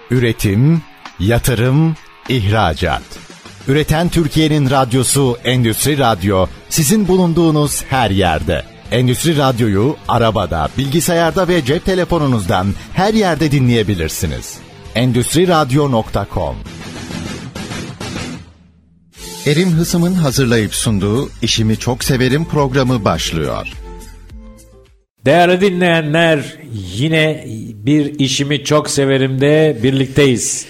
Üretim, yatırım, ihracat. Üreten Türkiye'nin radyosu Endüstri Radyo, sizin bulunduğunuz her yerde. Endüstri Radyo'yu arabada, bilgisayarda ve cep telefonunuzdan her yerde dinleyebilirsiniz. Endüstriradyo.com. Erim Hısım'ın hazırlayıp sunduğu İşimi Çok Severim programı başlıyor. Değerli dinleyenler, yine bir İşimi Çok Severim'de birlikteyiz.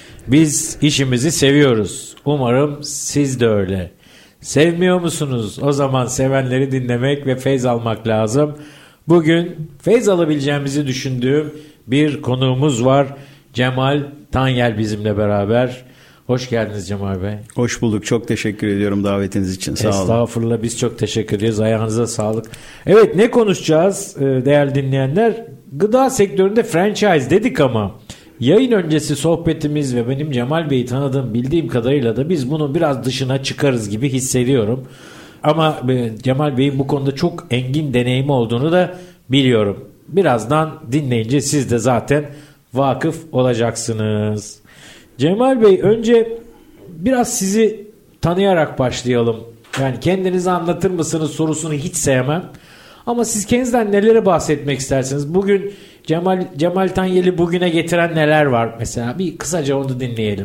Biz işimizi seviyoruz. Umarım siz de öyle. Sevmiyor musunuz? O zaman sevenleri dinlemek ve feyz almak lazım. Bugün feyz alabileceğimizi düşündüğüm bir konuğumuz var. Cemal Tanyel bizimle beraber. Hoş geldiniz Cemal Bey. Hoş bulduk. Çok teşekkür ediyorum davetiniz için. Sağ olun. Estağfurullah, biz çok teşekkür ediyoruz. Ayağınıza sağlık. Evet, ne konuşacağız değerli dinleyenler? Gıda sektöründe franchise dedik ama yayın öncesi sohbetimiz ve benim Cemal Bey'i tanıdığım, bildiğim kadarıyla da biz bunun biraz dışına çıkarız gibi hissediyorum. Ama Cemal Bey'in bu konuda çok engin deneyimi olduğunu da biliyorum. Birazdan dinleyince siz de zaten vakıf olacaksınız. Cemal Bey, önce biraz sizi tanıyarak başlayalım. Yani kendinizi anlatır mısınız sorusunu hiç sevmem. Ama siz kendinizden nelere bahsetmek istersiniz? Bugün Cemal Tanyel'i bugüne getiren neler var mesela? Bir kısaca onu dinleyelim.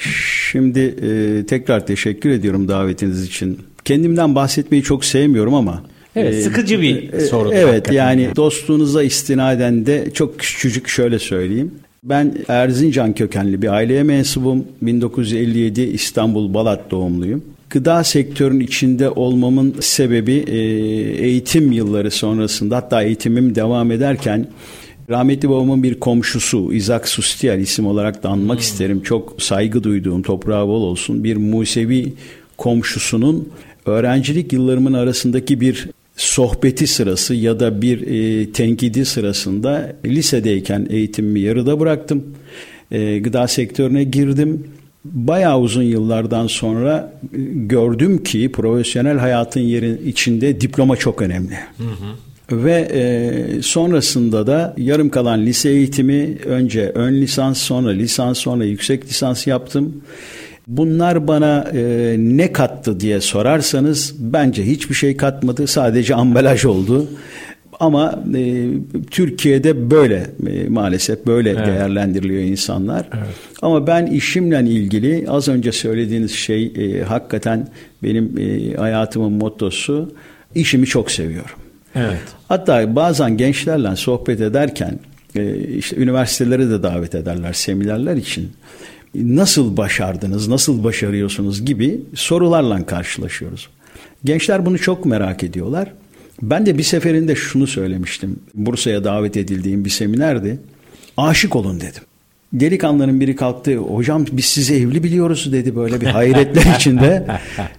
Şimdi tekrar teşekkür ediyorum davetiniz için. Kendimden bahsetmeyi çok sevmiyorum ama. Evet, sıkıcı bir soru. Evet, yani dostluğunuza istinaden de çok küçücük şöyle söyleyeyim. Ben Erzincan kökenli bir aileye mensubum. 1957 İstanbul Balat doğumluyum. Gıda sektörünün içinde olmamın sebebi eğitim yılları sonrasında, hatta eğitimim devam ederken rahmetli babamın bir komşusu İzak Sustiel, isim olarak da anmak isterim. Çok saygı duyduğum, toprağı bol olsun, bir Musevi komşusunun öğrencilik yıllarımın arasındaki bir sohbeti sırası ya da bir tenkidi sırasında lisedeyken eğitimimi yarıda bıraktım. Gıda sektörüne girdim. Bayağı uzun yıllardan sonra gördüm ki profesyonel hayatın içinde diploma çok önemli. Hı hı. Ve sonrasında da yarım kalan lise eğitimi, önce ön lisans, sonra lisans, sonra yüksek lisans yaptım. Bunlar bana ne kattı diye sorarsanız bence hiçbir şey katmadı. Sadece ambalaj oldu. Ama Türkiye'de böyle maalesef böyle değerlendiriliyor insanlar. Evet. Ama ben işimle ilgili az önce söylediğiniz şey hakikaten benim hayatımın mottosu. İşimi çok seviyorum. Evet. Hatta bazen gençlerle sohbet ederken işte üniversitelere de davet ederler seminerler için. Nasıl başardınız, nasıl başarıyorsunuz gibi sorularla karşılaşıyoruz. Gençler bunu çok merak ediyorlar. Ben de bir seferinde şunu söylemiştim. Bursa'ya davet edildiğim bir seminerdi. Aşık olun dedim. Delikanlıların biri kalktı. Hocam biz sizi evli biliyoruz dedi, böyle bir hayretler içinde.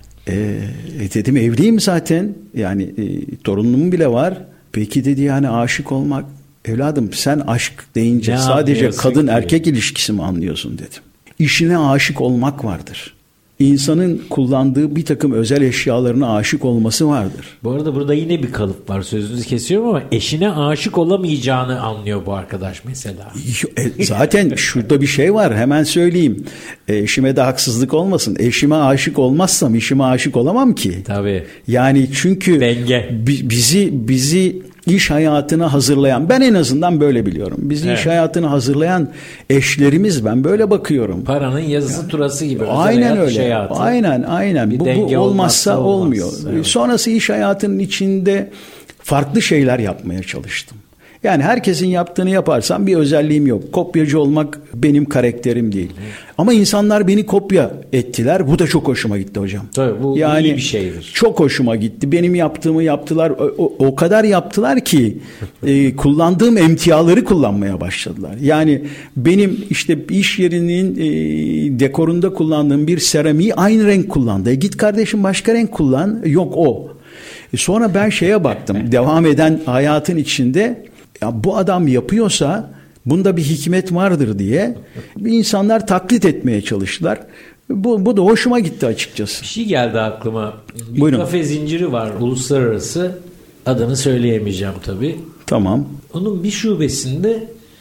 Dedim evliyim zaten. Yani torunum bile var. Peki dedi, yani aşık olmak. Evladım sen aşk deyince ne sadece kadın erkek ilişkisi mi anlıyorsun dedim. İşine aşık olmak vardır. İnsanın kullandığı bir takım özel eşyalarına aşık olması vardır. Bu arada burada yine bir kalıp var, sözünüzü kesiyorum ama eşine aşık olamayacağını anlıyor bu arkadaş mesela. Zaten şurada bir şey var, hemen söyleyeyim. Eşime de haksızlık olmasın. Eşime aşık olmazsam işime aşık olamam ki. Tabii. Yani çünkü denge. Bizi iş hayatına hazırlayan, ben en azından böyle biliyorum. Bizi iş hayatına hazırlayan eşlerimiz, ben böyle bakıyorum. Paranın yazısı turası gibi. Aynen öyle. Aynen. Bu olmazsa olmuyor. Evet. Sonrası iş hayatının içinde farklı şeyler yapmaya çalıştım. Yani herkesin yaptığını yaparsam bir özelliğim yok. Kopyacı olmak benim karakterim değil. Ama insanlar beni kopya ettiler. Bu da çok hoşuma gitti hocam. Tabii bu iyi bir şeydir. Çok hoşuma gitti. Benim yaptığımı yaptılar. O kadar yaptılar ki kullandığım emtiaları kullanmaya başladılar. Yani benim işte iş yerinin dekorunda kullandığım bir seramiği aynı renk kullandı. Git kardeşim başka renk kullan. Yok o. Sonra ben şeye baktım. Devam eden hayatın içinde ya bu adam yapıyorsa bunda bir hikmet vardır diye insanlar taklit etmeye çalıştılar. Bu da hoşuma gitti açıkçası. Bir şey geldi aklıma. Bir Buyurun. kafe zinciri var uluslararası. Adını söyleyemeyeceğim tabii. Tamam. Onun bir şubesinde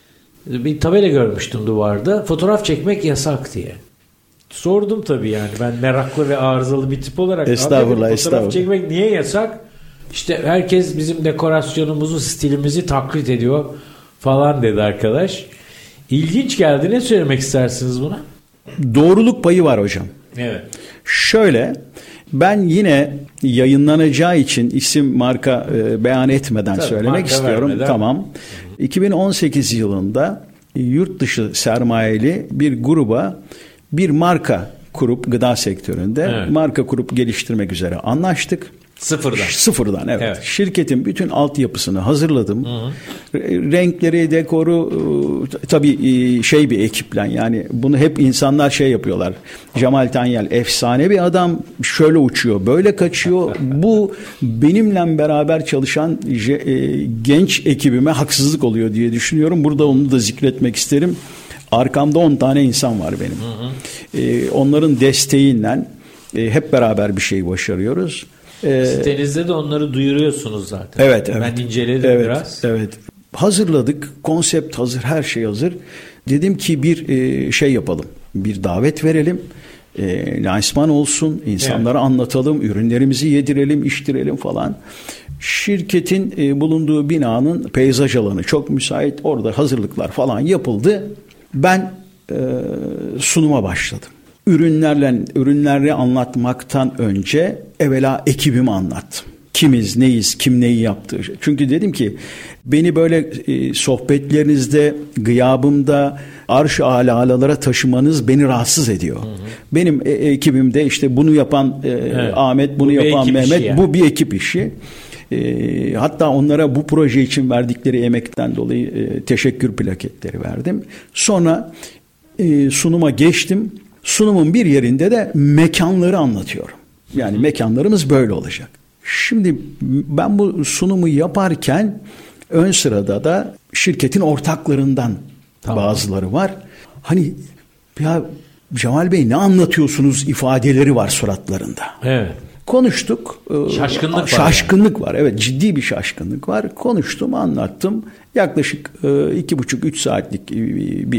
bir tabela görmüştüm duvarda. Fotoğraf çekmek yasak diye. Sordum tabii yani. Ben meraklı ve arızalı bir tip olarak. Estağfurullah, Fotoğraf çekmek niye yasak? İşte herkes bizim dekorasyonumuzu, stilimizi taklit ediyor falan dedi arkadaş. İlginç geldi. Ne söylemek istersiniz buna? Doğruluk payı var hocam. Evet. Şöyle, ben yine yayınlanacağı için isim marka beyan etmeden söylemek istiyorum. Vermeden. Tamam. 2018 yılında yurt dışı sermayeli bir gruba bir marka kurup gıda sektöründe marka kurup geliştirmek üzere anlaştık. Sıfırdan evet. Şirketin bütün altyapısını hazırladım. Renkleri, dekoru tabii bir ekiple, yani bunu hep insanlar yapıyorlar. Cemal Tanyel efsane bir adam, şöyle uçuyor, böyle kaçıyor. Bu benimle beraber çalışan genç ekibime haksızlık oluyor diye düşünüyorum. Burada onu da zikretmek isterim. Arkamda 10 tane insan var benim. Onların desteğiyle hep beraber bir şey başarıyoruz. Sitenizde de onları duyuruyorsunuz zaten. Evet. Ben inceledim biraz. Evet. Hazırladık. Konsept hazır. Her şey hazır. Dedim ki bir yapalım. Bir davet verelim. Lansman olsun. İnsanlara anlatalım. Ürünlerimizi yedirelim, içtirelim falan. Şirketin bulunduğu binanın peyzaj alanı çok müsait. Orada hazırlıklar falan yapıldı. Ben sunuma başladım. Ürünleri anlatmaktan önce evvela ekibimi anlattım. Kimiz, neyiz, kim neyi yaptı. Çünkü dedim ki beni böyle sohbetlerinizde, gıyabımda arş-ı âlâlara taşımanız beni rahatsız ediyor. Benim ekibimde işte bunu yapan Ahmet, bunu yapan Mehmet, yani. Bu bir ekip işi. Hatta onlara bu proje için verdikleri emekten dolayı teşekkür plaketleri verdim. Sonra sunuma geçtim. Sunumun bir yerinde de mekanları anlatıyorum. Yani mekanlarımız böyle olacak. Şimdi ben bu sunumu yaparken ön sırada da şirketin ortaklarından bazıları var. Hani ya Cemal Bey ne anlatıyorsunuz ifadeleri var suratlarında. Evet. Konuştuk. Şaşkınlık var. Evet, ciddi bir şaşkınlık var. Konuştum, anlattım. Yaklaşık 2,5-3 saatlik bir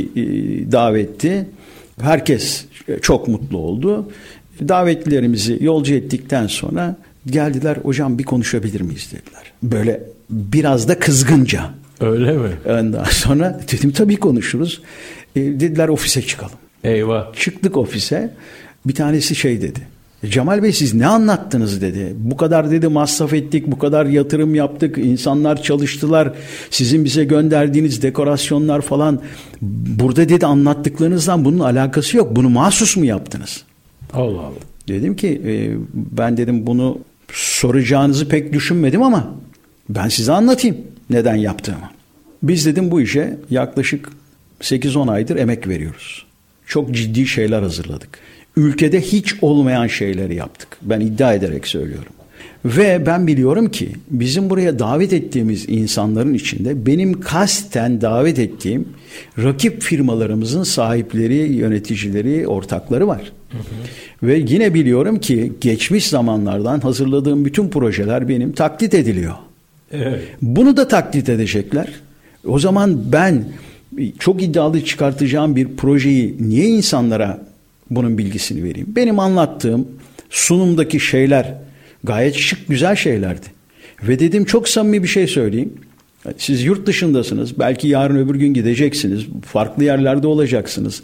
davetti. Herkes çok mutlu oldu. Davetlilerimizi yolcu ettikten sonra geldiler, hocam bir konuşabilir miyiz dediler. Böyle biraz da kızgınca. Öyle mi? Ondan sonra dedim tabii konuşuruz. Dediler ofise çıkalım. Eyvah. Çıktık ofise. Bir tanesi dedi. Cemal Bey siz ne anlattınız dedi. Bu kadar dedi masraf ettik, bu kadar yatırım yaptık, insanlar çalıştılar. Sizin bize gönderdiğiniz dekorasyonlar falan. Burada dedi anlattıklarınızdan bunun alakası yok. Bunu mahsus mu yaptınız? Allah Allah. Dedim ki ben dedim bunu soracağınızı pek düşünmedim ama ben size anlatayım neden yaptığımı. Biz dedim bu işe yaklaşık 8-10 aydır emek veriyoruz. Çok ciddi şeyler hazırladık. Ülkede hiç olmayan şeyleri yaptık. Ben iddia ederek söylüyorum. Ve ben biliyorum ki bizim buraya davet ettiğimiz insanların içinde benim kasten davet ettiğim rakip firmalarımızın sahipleri, yöneticileri, ortakları var. Ve yine biliyorum ki geçmiş zamanlardan hazırladığım bütün projeler benim taklit ediliyor. Evet. Bunu da taklit edecekler. O zaman ben çok iddialı çıkartacağım bir projeyi niye insanlara bunun bilgisini vereyim? Benim anlattığım sunumdaki şeyler gayet şık, güzel şeylerdi. Ve dedim çok samimi bir şey söyleyeyim. Siz yurt dışındasınız. Belki yarın öbür gün gideceksiniz. Farklı yerlerde olacaksınız.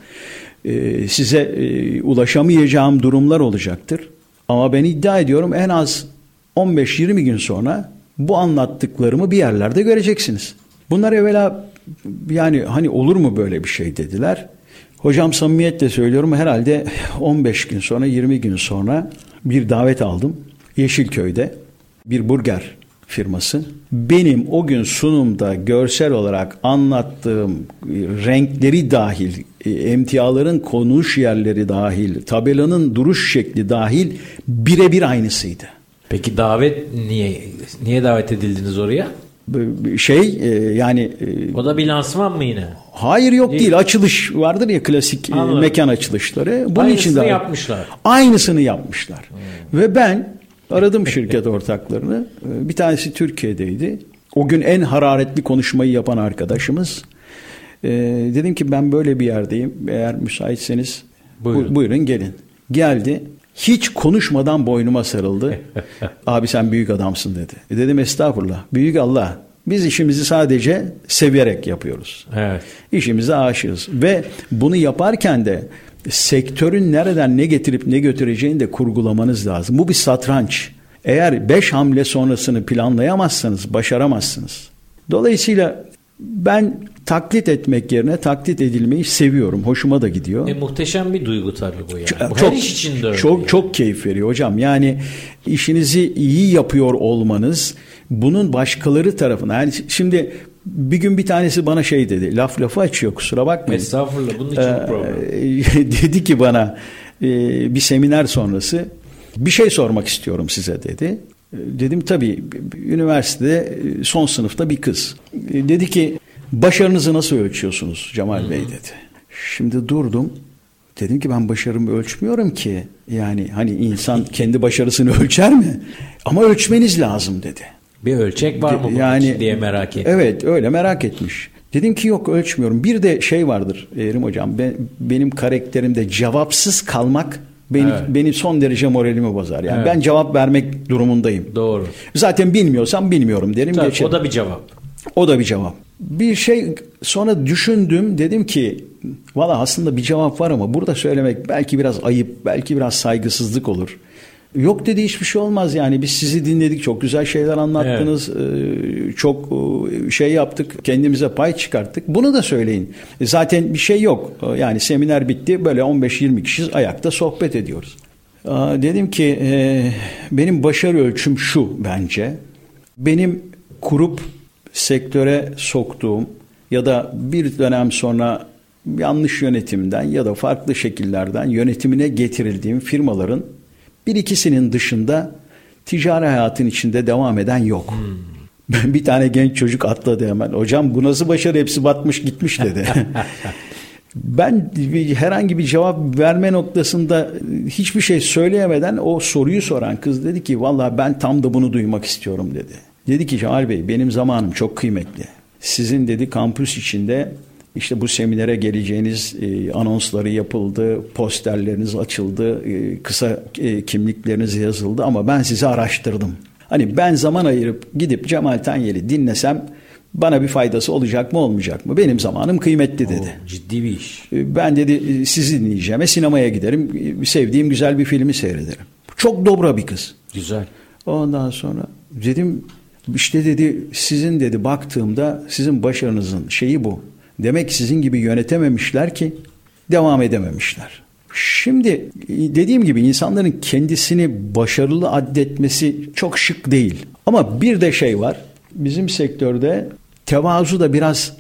Size ulaşamayacağım durumlar olacaktır. Ama ben iddia ediyorum en az 15-20 gün sonra bu anlattıklarımı bir yerlerde göreceksiniz. Bunlar evvela yani hani olur mu böyle bir şey dediler. Hocam samimiyetle söylüyorum herhalde 15 gün sonra 20 gün sonra bir davet aldım. Yeşilköy'de bir burger firması. Benim o gün sunumda görsel olarak anlattığım renkleri dahil, emtiaların konuş yerleri dahil, tabelanın duruş şekli dahil birebir aynısıydı. Peki davet niye davet edildiniz oraya? Yani o da bir lansman mı yine? Hayır yok değil. Açılış vardır ya klasik mekan açılışları. Bunun aynısını yapmışlar. Aynısını yapmışlar. Ve ben aradım şirket ortaklarını. Bir tanesi Türkiye'deydi. O gün en hararetli konuşmayı yapan arkadaşımız. Dedim ki ben böyle bir yerdeyim. Eğer müsaitseniz buyurun gelin. Geldi. Hiç konuşmadan boynuma sarıldı. Abi sen büyük adamsın dedi. Dedim estağfurullah. Büyük Allah. Biz işimizi sadece severek yapıyoruz. Evet. İşimize aşığız. Ve bunu yaparken de sektörün nereden ne getirip ne götüreceğini de kurgulamanız lazım. Bu bir satranç. Eğer 5 hamle sonrasını planlayamazsanız başaramazsınız. Dolayısıyla ben taklit etmek yerine taklit edilmeyi seviyorum. Hoşuma da gidiyor. Muhteşem bir duygu tabii bu yani. Bu çok, her iş için de öyle. Çok keyif veriyor hocam. Yani işinizi iyi yapıyor olmanız bunun başkaları tarafından. Yani şimdi bir gün bir tanesi bana şey dedi. Lafı açıyor kusura bakmayın. Estağfurullah bunun için bu program. Dedi ki bana bir seminer sonrası bir şey sormak istiyorum size dedi. Dedim tabii üniversitede son sınıfta bir kız. Dedi ki başarınızı nasıl ölçüyorsunuz Cemal Bey dedi. Şimdi durdum. Dedim ki ben başarımı ölçmüyorum ki. Yani hani insan kendi başarısını ölçer mi? Ama ölçmeniz lazım dedi. Bir ölçek var mı bunun için diye merak ettim. Evet öyle merak etmiş. Dedim ki yok ölçmüyorum. Bir de şey vardır Erim Hocam. Benim karakterimde cevapsız kalmak benim son derece moralimi bozar. Yani ben cevap vermek durumundayım. Doğru. Zaten bilmiyorsam bilmiyorum derim. Tabii, o da bir cevap. O da bir cevap. Bir şey sonra düşündüm. Dedim ki valla aslında bir cevap var ama burada söylemek belki biraz ayıp, belki biraz saygısızlık olur. Yok dedi hiçbir şey olmaz yani biz sizi dinledik çok güzel şeyler anlattınız çok şey yaptık kendimize pay çıkarttık bunu da söyleyin zaten bir şey yok yani seminer bitti böyle 15-20 kişi ayakta sohbet ediyoruz. Dedim ki benim başarı ölçüm şu bence benim kurup sektöre soktuğum ya da bir dönem sonra yanlış yönetimden ya da farklı şekillerden yönetimine getirildiğim firmaların bir ikisinin dışında ticari hayatın içinde devam eden yok. Ben bir tane genç çocuk atladı hemen. Hocam bu nasıl başarı hepsi batmış gitmiş dedi. Ben herhangi bir cevap verme noktasında hiçbir şey söyleyemeden o soruyu soran kız dedi ki vallahi ben tam da bunu duymak istiyorum dedi. Dedi ki Cemal Bey benim zamanım çok kıymetli. Sizin dedi kampüs içinde İşte bu seminere geleceğiniz anonsları yapıldı, posterleriniz açıldı, kısa kimlikleriniz yazıldı ama ben sizi araştırdım. Hani ben zaman ayırıp gidip Cemal Tanyeli dinlesem bana bir faydası olacak mı olmayacak mı? Benim zamanım kıymetli dedi. Ciddi bir iş. Ben dedi sizi dinleyeceğime sinemaya giderim, sevdiğim güzel bir filmi seyrederim. Çok dobra bir kız. Güzel. Ondan sonra dedim işte dedi sizin dedi baktığımda sizin başarınızın şeyi bu. Demek ki sizin gibi yönetememişler ki devam edememişler. Şimdi dediğim gibi insanların kendisini başarılı addetmesi çok şık değil. Ama bir de şey var. Bizim sektörde tevazu da biraz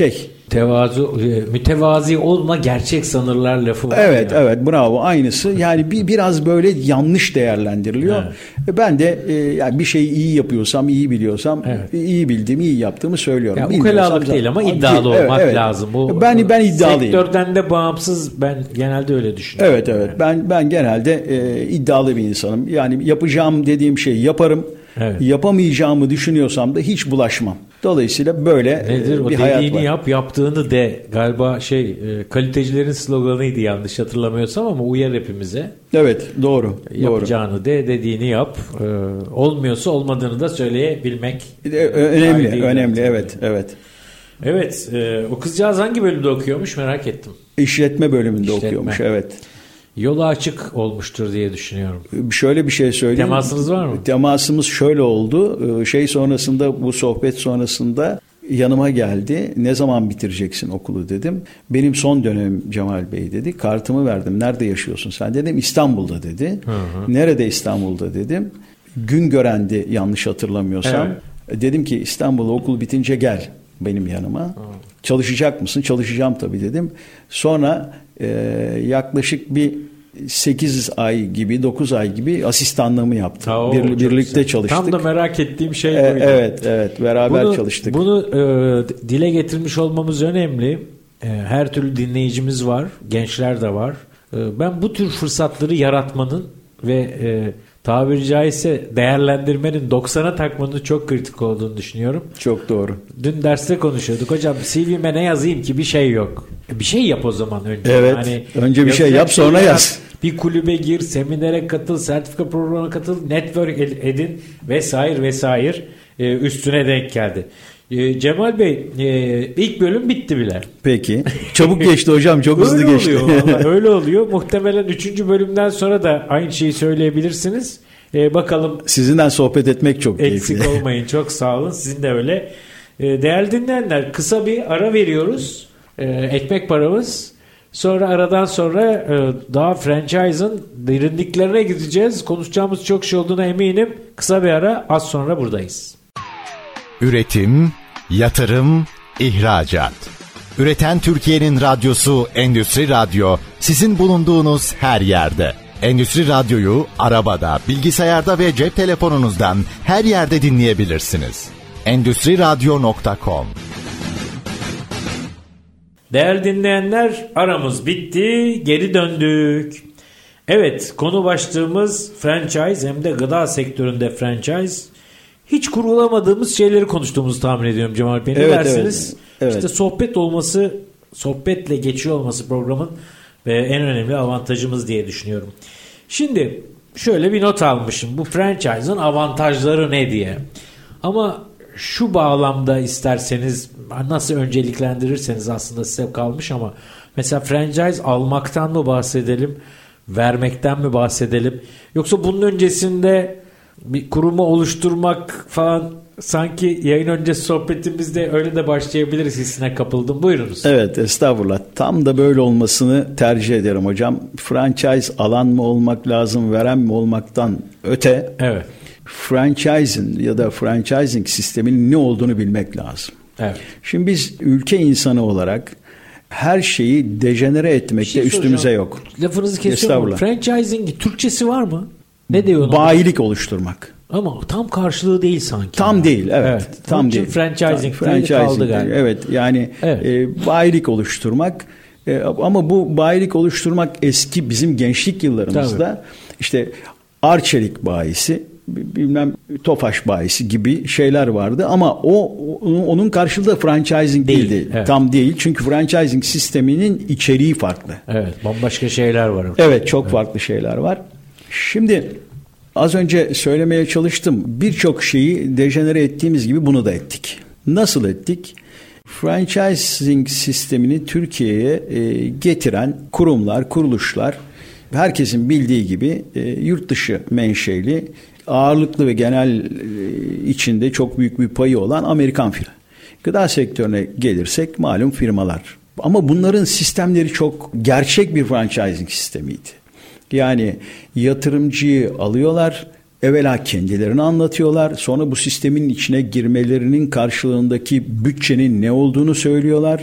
mütevazi olma gerçek sanırlar lafı var. Evet evet bravo aynısı. Yani biraz böyle yanlış değerlendiriliyor. Evet. Ben de yani bir şeyi iyi yapıyorsam, iyi biliyorsam, iyi bildiğimi, iyi yaptığımı söylüyorum. Yani ukalalık değil ama iddialı olmak lazım. Bu ben iddialıyım. Sektörden de bağımsız ben genelde öyle düşünüyorum. Evet evet. Ben genelde iddialı bir insanım. Yani yapacağım dediğim şeyi yaparım. Evet. Yapamayacağımı düşünüyorsam da hiç bulaşmam. Dolayısıyla böyle bir hayat var. Dediğini yap, yaptığını de galiba kalitecilerin sloganıydı yanlış hatırlamıyorsam ama uyar hepimize. Evet doğru. Yapacağını de dediğini yap. Olmuyorsa olmadığını da söyleyebilmek. Önemli evet. Evet o kızcağız hangi bölümde okuyormuş merak ettim. İşletme bölümünde okuyormuş evet. Yolu açık olmuştur diye düşünüyorum. Şöyle bir şey söyleyeyim. Temasınız var mı? Temasımız şöyle oldu. Sonrasında bu sohbet sonrasında yanıma geldi. Ne zaman bitireceksin okulu dedim. Benim son dönemim Cemal Bey dedi. Kartımı verdim. Nerede yaşıyorsun sen dedim. İstanbul'da dedi. Hı. Nerede İstanbul'da dedim. Güngören'di yanlış hatırlamıyorsam. Evet. Dedim ki İstanbul'a okul bitince gel benim yanıma. Hı. Çalışacak mısın? Çalışacağım tabii dedim. Sonra yaklaşık bir 8 ay gibi 9 ay gibi asistanlığımı yaptım. Birlikte çalıştık. Tam da merak ettiğim şey buydu. Evet beraber çalıştık. Bunu dile getirmiş olmamız önemli. Her türlü dinleyicimiz var. Gençler de var. Ben bu tür fırsatları yaratmanın ve tabiri caizse değerlendirmenin 90'a takmanın çok kritik olduğunu düşünüyorum. Çok doğru. Dün derste konuşuyorduk. Hocam CV'me ne yazayım ki, bir şey yok. Bir şey yap o zaman önce. Evet. Yani önce bir şey yap, sonra yaz. Bir kulübe gir, seminere katıl, sertifika programına katıl, network edin vesaire. Üstüne denk geldi. Cemal Bey, ilk bölüm bitti bile. Peki. Çabuk geçti hocam. Çok hızlı geçti. Öyle oluyor. Muhtemelen 3. bölümden sonra da aynı şeyi söyleyebilirsiniz. Bakalım. Sizinle sohbet etmek çok keyifli. Eksik olmayın. Çok sağ olun. Sizin de öyle. Değerli dinleyenler, kısa bir ara veriyoruz. Ekmek paramız. Sonra aradan sonra daha franchise'ın derinliklerine gideceğiz. Konuşacağımız çok şey olduğuna eminim. Kısa bir ara, az sonra buradayız. Üretim, yatırım, ihracat. Üreten Türkiye'nin radyosu Endüstri Radyo, sizin bulunduğunuz her yerde. Endüstri Radyo'yu arabada, bilgisayarda ve cep telefonunuzdan her yerde dinleyebilirsiniz. Endüstriradyo.com. Değerli dinleyenler, aramız bitti, geri döndük. Evet, konu başlığımız franchise, hem de gıda sektöründe franchise. Hiç kurulamadığımız şeyleri konuştuğumuzu tahmin ediyorum Cemal Bey. Ne dersiniz? Evet. İşte sohbet olması, sohbetle geçiyor olması programın ve en önemli avantajımız diye düşünüyorum. Şimdi şöyle bir not almışım. Bu franchise'ın avantajları ne diye. Ama şu bağlamda isterseniz nasıl önceliklendirirseniz aslında size kalmış, ama mesela franchise almaktan mı bahsedelim, vermekten mi bahsedelim, yoksa bunun öncesinde bir kurumu oluşturmak falan, sanki yayın öncesi sohbetimizde öyle de başlayabiliriz hissine kapıldım. Buyurunuz. Evet, estağfurullah. Tam da böyle olmasını tercih ederim hocam. Franchise alan mı olmak lazım, veren mi olmaktan öte. Evet. Franchising ya da franchising sisteminin ne olduğunu bilmek lazım. Evet. Şimdi biz ülke insanı olarak her şeyi dejenere etmekte üstümüze yok. Lafınızı kesiyorum. Franchising'in Türkçesi var mı? Ne diyorlar? Bayilik oluşturmak. Ama tam karşılığı değil sanki. Tam değil, evet. Tam değil. Franchising kaldı galiba. Evet, yani bayilik oluşturmak. Ama bu bayilik oluşturmak eski bizim gençlik yıllarımızda işte Arçelik bayisi, bilmem Tofaş bayisi gibi şeyler vardı, ama onun karşılığı franchising değildi. Evet. Tam değil. Çünkü franchising sisteminin içeriği farklı. Evet, bambaşka şeyler var. Evet, çok farklı şeyler var. Şimdi az önce söylemeye çalıştım. Birçok şeyi dejenere ettiğimiz gibi bunu da ettik. Nasıl ettik? Franchising sistemini Türkiye'ye getiren kurumlar, kuruluşlar, herkesin bildiği gibi yurt dışı menşeli, ağırlıklı ve genel içinde çok büyük bir payı olan Amerikan firma. Gıda sektörüne gelirsek malum firmalar. Ama bunların sistemleri çok gerçek bir franchising sistemiydi. Yani yatırımcıyı alıyorlar, evvela kendilerini anlatıyorlar, sonra bu sistemin içine girmelerinin karşılığındaki bütçenin ne olduğunu söylüyorlar.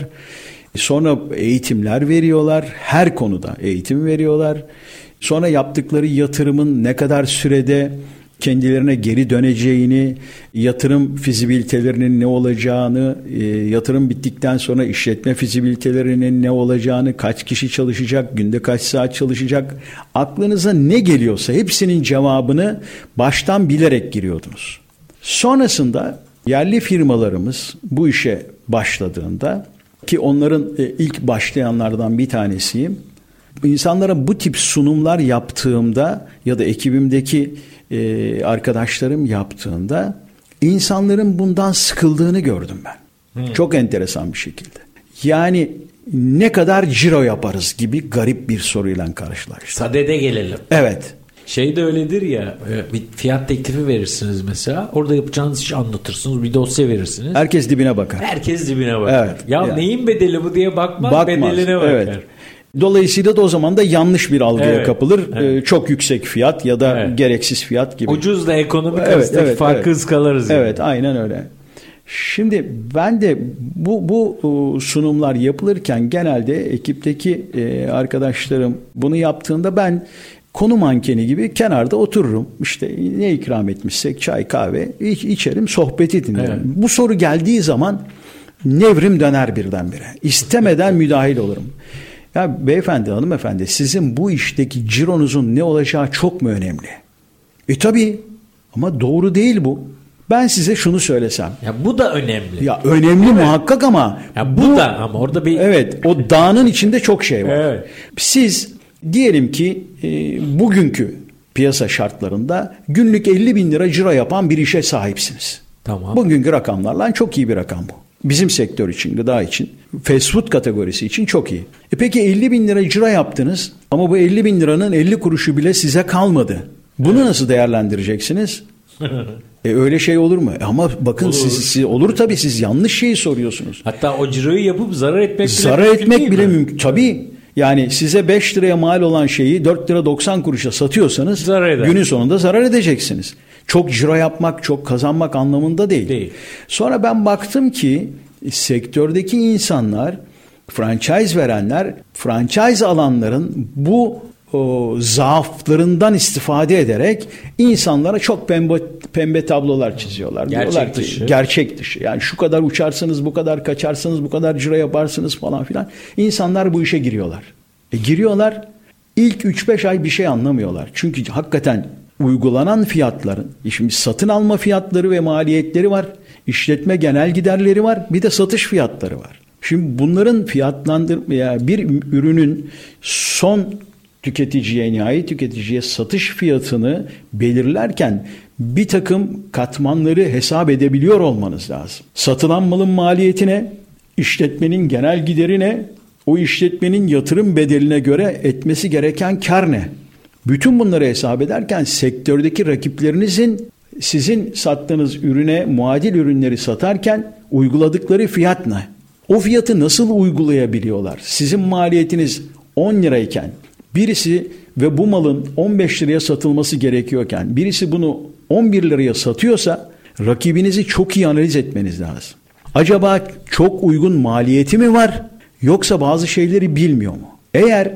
Sonra eğitimler veriyorlar, her konuda eğitim veriyorlar. Sonra yaptıkları yatırımın ne kadar sürede kendilerine geri döneceğini, yatırım fizibilitelerinin ne olacağını, yatırım bittikten sonra işletme fizibilitelerinin ne olacağını, kaç kişi çalışacak, günde kaç saat çalışacak, aklınıza ne geliyorsa hepsinin cevabını baştan bilerek giriyordunuz. Sonrasında yerli firmalarımız bu işe başladığında, ki onların ilk başlayanlardan bir tanesiyim, insanlara bu tip sunumlar yaptığımda ya da ekibimdeki arkadaşlarım yaptığında insanların bundan sıkıldığını gördüm ben. Çok enteresan bir şekilde. Yani ne kadar ciro yaparız gibi garip bir soruyla karşılaştık. Sadede gelelim. Evet. Şey de öyledir ya, bir fiyat teklifi verirsiniz mesela. Orada yapacağınız işi anlatırsınız. Bir dosya verirsiniz. Herkes dibine bakar. Herkes dibine bakar. Evet. Ya yani neyin bedeli bu diye bakmaz. Bedeline bakar. Evet. Dolayısıyla da o zaman da yanlış bir algıya kapılır. Evet. Çok yüksek fiyat ya da gereksiz fiyat gibi. Ucuz da ekonomik arasındaki farkı ıskalarız. Evet, aynen öyle. Şimdi ben de bu sunumlar yapılırken genelde ekipteki arkadaşlarım bunu yaptığında ben konu mankeni gibi kenarda otururum. İşte ne ikram etmişsek çay kahve içerim, sohbeti dinlerim. Evet. Bu soru geldiği zaman nevrim döner birdenbire. İstemeden müdahil olurum. Ya beyefendi, hanımefendi, sizin bu işteki cironuzun ne olacağı çok mu önemli? Tabii ama doğru değil bu. Ben size şunu söylesem. Ya bu da önemli. Ya önemli muhakkak ama ya bu da ama orada bir evet, o dağının içinde çok şey var. Evet. Siz diyelim ki bugünkü piyasa şartlarında günlük 50 bin lira ciro yapan bir işe sahipsiniz. Tamam. Bugünkü rakamlarla çok iyi bir rakam bu. Bizim sektör için, gıda için, fast food kategorisi için çok iyi. Peki 50 bin lira ciro yaptınız ama bu 50 bin liranın 50 kuruşu bile size kalmadı. Bunu nasıl değerlendireceksiniz? Öyle şey olur mu? Ama bakın olur. siz olur tabii, siz yanlış şeyi soruyorsunuz. Hatta o ciroyu yapıp zarar etmek bile mümkün. Tabii. Yani size 5 liraya mal olan şeyi 4 lira 90 kuruşa satıyorsanız günün sonunda zarar edeceksiniz. Çok ciro yapmak, çok kazanmak anlamında değil. Sonra ben baktım ki sektördeki insanlar, franchise verenler, franchise alanların bu zaaflarından istifade ederek insanlara çok pembe tablolar çiziyorlar. Gerçek dışı. Gerçek dışı. Yani şu kadar uçarsınız, bu kadar kaçarsınız, bu kadar ciro yaparsınız falan filan. İnsanlar bu işe giriyorlar. Giriyorlar. İlk 3-5 ay bir şey anlamıyorlar. Çünkü hakikaten uygulanan fiyatların, şimdi satın alma fiyatları ve maliyetleri var. İşletme genel giderleri var. Bir de satış fiyatları var. Şimdi bunların bir ürünün son tüketiciye, nihai tüketiciye satış fiyatını belirlerken bir takım katmanları hesap edebiliyor olmanız lazım. Satılan malın maliyetine, işletmenin genel giderine, o işletmenin yatırım bedeline göre etmesi gereken kar ne? Bütün bunları hesap ederken sektördeki rakiplerinizin sizin sattığınız ürüne muadil ürünleri satarken uyguladıkları fiyat ne? O fiyatı nasıl uygulayabiliyorlar? Sizin maliyetiniz 10 lirayken birisi ve bu malın 15 liraya satılması gerekiyorken birisi bunu 11 liraya satıyorsa rakibinizi çok iyi analiz etmeniz lazım. Acaba çok uygun maliyeti mi var yoksa bazı şeyleri bilmiyor mu? Eğer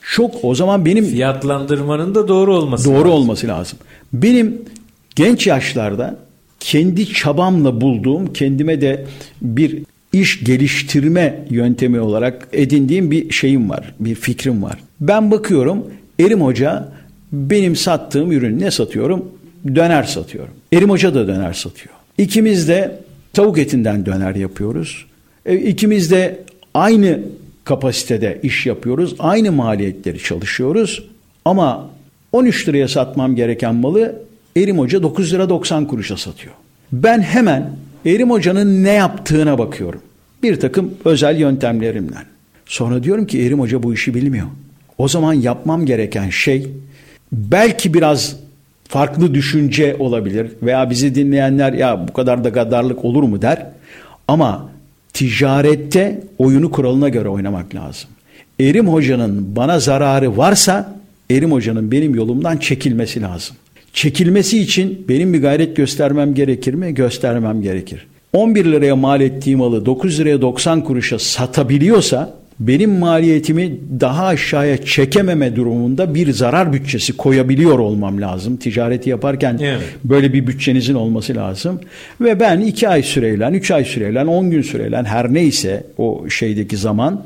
o zaman benim fiyatlandırmanın da doğru olması lazım. Benim genç yaşlarda kendi çabamla bulduğum, kendime de bir iş geliştirme yöntemi olarak edindiğim bir şeyim var, bir fikrim var. Ben bakıyorum, Erim Hoca benim sattığım ürün ne satıyorum? Döner satıyorum. Erim Hoca da döner satıyor. İkimiz de tavuk etinden döner yapıyoruz. İkimiz de aynı kapasitede iş yapıyoruz. Aynı maliyetleri çalışıyoruz. Ama 13 liraya satmam gereken malı Erim Hoca 9 lira 90 kuruşa satıyor. Ben hemen Erim Hoca'nın ne yaptığına bakıyorum. Bir takım özel yöntemlerimden. Sonra diyorum ki Erim Hoca bu işi bilmiyor. O zaman yapmam gereken şey belki biraz farklı düşünce olabilir veya bizi dinleyenler ya bu kadar da gaddarlık olur mu der. Ama ticarette oyunu kuralına göre oynamak lazım. Erim Hoca'nın bana zararı varsa Erim Hoca'nın benim yolumdan çekilmesi lazım. Çekilmesi için benim bir gayret göstermem gerekir mi? Göstermem gerekir. 11 liraya mal ettiğim malı 9 liraya 90 kuruşa satabiliyorsa benim maliyetimi daha aşağıya çekememe durumunda bir zarar bütçesi koyabiliyor olmam lazım. Ticareti yaparken böyle bir bütçenizin olması lazım. Ve ben 2 ay süreyle, 3 ay süreyle, 10 gün süreyle her neyse o şeydeki zaman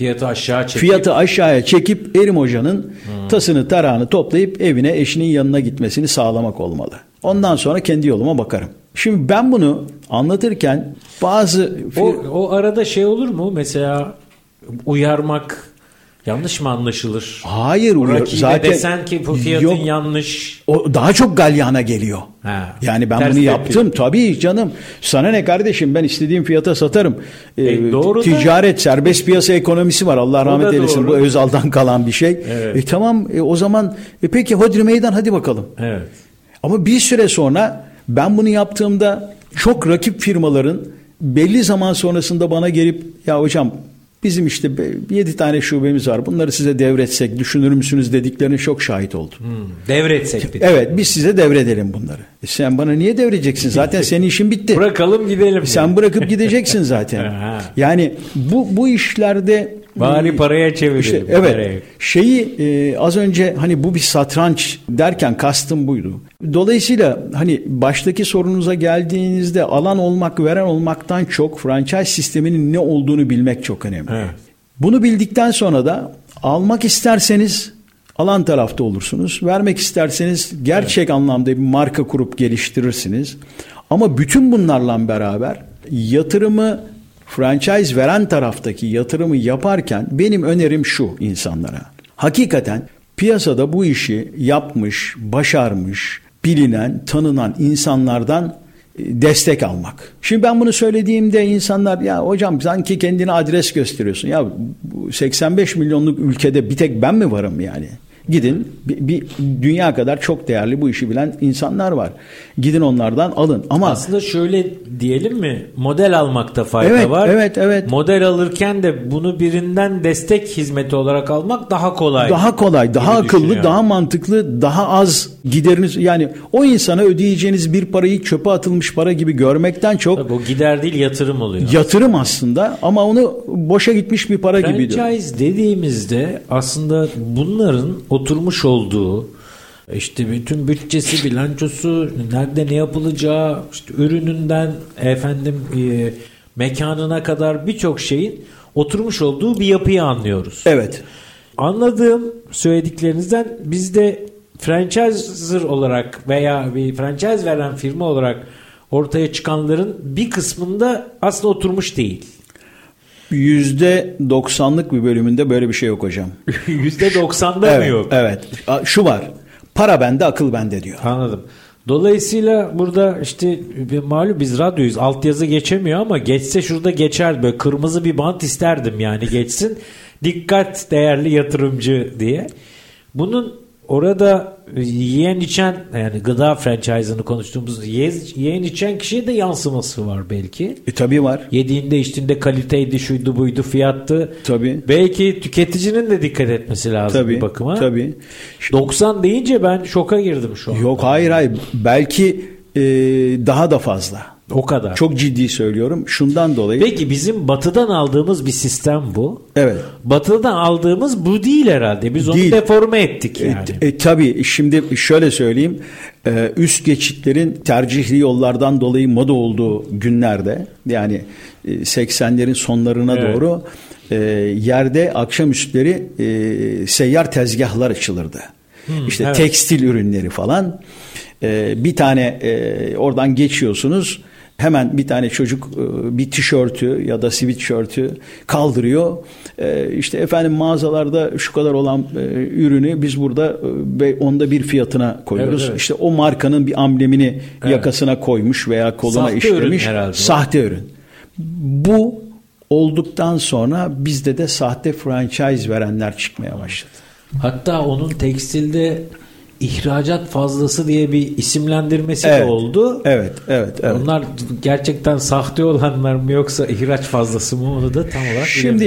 fiyatı aşağıya çekip Erim Hoca'nın tasını tarağını toplayıp evine eşinin yanına gitmesini sağlamak olmalı. Ondan sonra kendi yoluma bakarım. Şimdi ben bunu anlatırken bazı... O arada şey olur mu? Mesela uyarmak yanlış mı anlaşılır? Hayır. Zaten desen ki bu fiyatın yanlış. O daha çok galyana geliyor. Yani ben bunu yaptım. Tabii canım. Sana ne kardeşim, ben istediğim fiyata satarım. Doğru ticaret, serbest piyasa ekonomisi var. Allah rahmet eylesin. Bu Özal'dan kalan bir şey. Evet. Tamam o zaman peki hodri meydan, hadi bakalım. Evet. Ama bir süre sonra ben bunu yaptığımda çok rakip firmaların belli zaman sonrasında bana gelip ya hocam bizim işte 7 tane şubemiz var, bunları size devretsek düşünür müsünüz dediklerine çok şahit oldum. Devretsek dedi. Evet, biz size devredelim bunları. Sen bana niye devredeceksin? Zaten senin işin bitti. Bırakalım gidelim. Sen bırakıp gideceksin zaten. Yani bu işlerde bari paraya çevirelim. Evet. Az önce hani bu bir satranç derken kastım buydu. Dolayısıyla hani baştaki sorunuza geldiğinizde alan olmak, veren olmaktan çok franchise sisteminin ne olduğunu bilmek çok önemli. Evet. Bunu bildikten sonra da almak isterseniz alan tarafta olursunuz. Vermek isterseniz gerçek anlamda bir marka kurup geliştirirsiniz. Ama bütün bunlarla beraber yatırımı franchise veren taraftaki yatırımı yaparken benim önerim şu insanlara. Hakikaten piyasada bu işi yapmış, başarmış, bilinen, tanınan insanlardan destek almak. Şimdi ben bunu söylediğimde insanlar ya hocam sanki kendine adres gösteriyorsun. Ya 85 milyonluk ülkede bir tek ben mi varım yani? Gidin bir dünya kadar çok değerli bu işi bilen insanlar var. Gidin onlardan alın. Ama aslında şöyle diyelim mi? Model almakta fayda var. Evet. Model alırken de bunu birinden destek hizmeti olarak almak daha kolay. Daha kolay, daha akıllı, daha mantıklı, daha az gideriniz. Yani o insana ödeyeceğiniz bir parayı çöpe atılmış para gibi görmekten çok. Tabii o gider değil, yatırım oluyor. Yatırım aslında ama onu boşa gitmiş bir para gibi. Franchise dediğimizde aslında bunların oturmuş olduğu, işte bütün bütçesi, bilançosu, nerede ne yapılacağı, işte ürününden mekanına kadar birçok şeyin oturmuş olduğu bir yapıyı anlıyoruz. Evet. Anladığım söylediklerinizden biz de franchiser olarak veya bir franchise veren firma olarak ortaya çıkanların bir kısmında aslında oturmuş değil. %90'lık bir bölümünde böyle bir şey yok hocam. %90'da mı yok? Evet. Şu var. Para bende, akıl bende diyor. Anladım. Dolayısıyla burada işte malum biz radyoyuz. Altyazı geçemiyor ama geçse şurada geçer. Böyle kırmızı bir bant isterdim yani geçsin. Dikkat değerli yatırımcı diye. Bunun orada yiyen içen, yani gıda franchise'ını konuştuğumuz yiyen içen kişiye de yansıması var belki. Tabii var. Yediğinde içtiğinde kaliteydi, şuydu buydu, fiyattı. Tabii. Belki tüketicinin de dikkat etmesi lazım bir bakıma. Tabii. 90 deyince ben şoka girdim şu an. Yok hayır. Belki daha da fazla. O kadar. Çok ciddi söylüyorum. Şundan dolayı. Peki bizim batıdan aldığımız bir sistem bu. Evet. Batıdan aldığımız bu değil herhalde. Biz onu deforme ettik yani. Tabii şimdi şöyle söyleyeyim. Üst geçitlerin tercihli yollardan dolayı moda olduğu günlerde, yani 80'lerin sonlarına doğru yerde akşamüstleri seyyar tezgahlar açılırdı. İşte tekstil ürünleri falan. Bir tane oradan geçiyorsunuz. Hemen bir tane çocuk bir tişörtü ya da sweatshirt'ü kaldırıyor. İşte efendim mağazalarda şu kadar olan ürünü biz burada onda bir fiyatına koyuyoruz. Evet. İşte o markanın bir amblemini yakasına koymuş veya koluna sahte işlemiş. Ürün sahte ürün. Bu olduktan sonra bizde de sahte franchise verenler çıkmaya başladı. Hatta onun tekstilde ihracat fazlası diye bir isimlendirmesi de oldu. Evet. Onlar gerçekten sahte olanlar mı yoksa ihraç fazlası mı, onu da tam olarak şimdi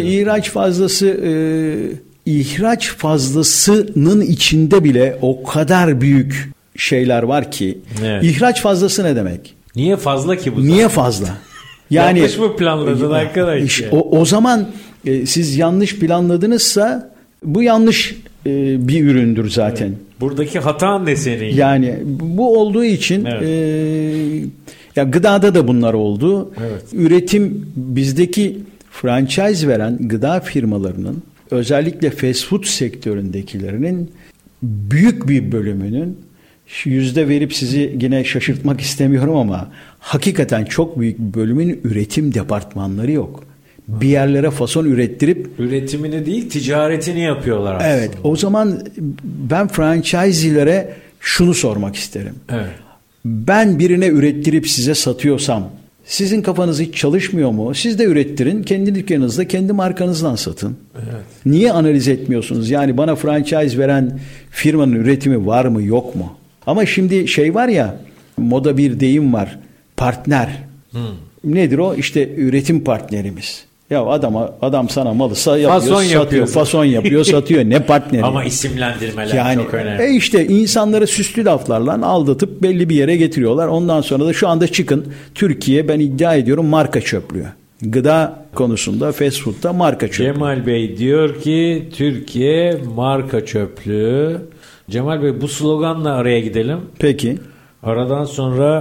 ihraç fazlasının içinde bile o kadar büyük şeyler var ki. Evet. İhraç fazlası ne demek? Niye fazla ki bu? Niye fazla? Yani yanlış mı planladın arkadaş? O zaman siz yanlış planladınızsa bu yanlış bir üründür zaten. Evet. Buradaki hata ne senin? Yani bu olduğu için ya gıdada da bunlar oldu. Evet. Üretim, bizdeki franchise veren gıda firmalarının, özellikle fast food sektöründekilerinin büyük bir bölümünün, yüzde verip sizi yine şaşırtmak istemiyorum ama hakikaten çok büyük bir bölümün üretim departmanları yok. Bir yerlere fason ürettirip üretimini değil ticaretini yapıyorlar aslında. Evet, o zaman ben franchise'lere şunu sormak isterim. Evet. Ben birine ürettirip size satıyorsam sizin kafanız hiç çalışmıyor mu? Siz de ürettirin, kendi dükkanınızda kendi markanızdan satın. Evet. Niye analiz etmiyorsunuz? Yani bana franchise veren firmanın üretimi var mı yok mu? Ama şimdi var ya, moda bir deyim var, partner. Nedir o? İşte üretim partnerimiz. Ya adam sana malı satıyor, fason yapıyor, satıyor. Ne partneri? Ama isimlendirmeler çok önemli. İşte insanları süslü laflarla aldatıp belli bir yere getiriyorlar. Ondan sonra da şu anda çıkın, Türkiye, ben iddia ediyorum, marka çöplüğü. Gıda konusunda, fast food'da marka çöplüğü. Cemal Bey diyor ki Türkiye marka çöplüğü. Cemal Bey, bu sloganla araya gidelim. Peki. Aradan sonra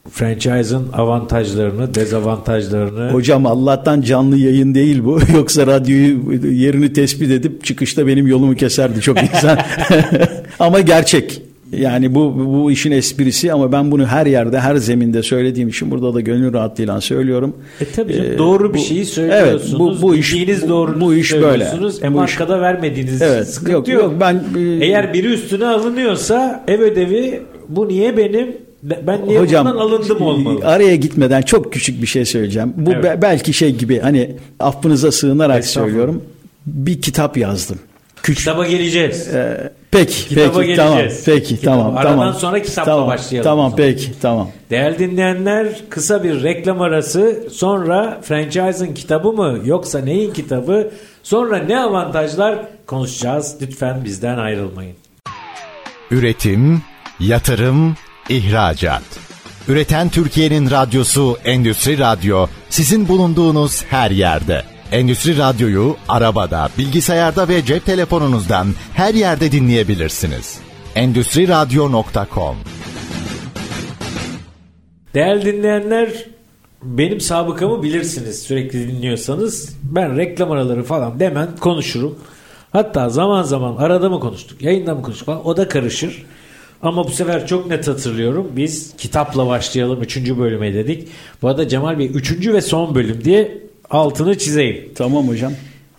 franchise'ın avantajlarını, dezavantajlarını. Hocam Allah'tan canlı yayın değil bu. Yoksa radyoyu yerini tespit edip çıkışta benim yolumu keserdi çok insan. Ama gerçek. Yani bu işin esprisi ama ben bunu her yerde, her zeminde söylediğim için burada da gönül rahatlığıyla söylüyorum. Tabii canım, doğru bir şeyi söylüyorsunuz. Evet, bu iş doğru bu iş böyle. Markada vermediğiniz için sıkıntı yok. Eğer biri üstüne alınıyorsa ev ödevi, bu niye benim? Ben niye hocam, bundan alındım olmalı? Araya gitmeden çok küçük bir şey söyleyeceğim. Bu belki şey gibi, hani affınıza sığınarak söylüyorum. Bir kitap yazdım. Kitaba geleceğiz. Peki tamam. Aradan sonra kitapla başlayalım. Tamam peki. Değerli dinleyenler, kısa bir reklam arası, sonra franchise'ın kitabı mı yoksa neyin kitabı, sonra ne avantajlar konuşacağız. Lütfen bizden ayrılmayın. Üretim, yatırım, ihracat. Üreten Türkiye'nin radyosu Endüstri Radyo, sizin bulunduğunuz her yerde. Endüstri Radyo'yu arabada, bilgisayarda ve cep telefonunuzdan her yerde dinleyebilirsiniz. Endüstriradyo.com. Değerli dinleyenler, benim sabıkamı bilirsiniz sürekli dinliyorsanız. Ben reklam araları falan demen konuşurum. Hatta zaman zaman arada mı konuştuk, yayında mı konuştuk falan, o da karışır. Ama bu sefer çok net hatırlıyorum. Biz kitapla başlayalım 3. bölüme dedik. Bu arada Cemal Bey 3. ve son bölüm diye altını çizeyim. Tamam hocam.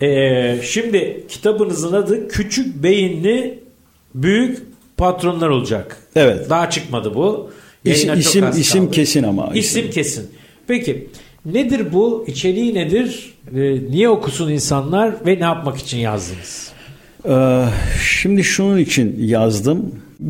Şimdi kitabınızın adı Küçük Beyinli Büyük Patronlar olacak. Evet. Daha çıkmadı bu. İsim kesin ama. İsim kesin. Peki nedir bu? İçeriği nedir? Niye okusun insanlar ve ne yapmak için yazdınız? Şimdi şunun için yazdım.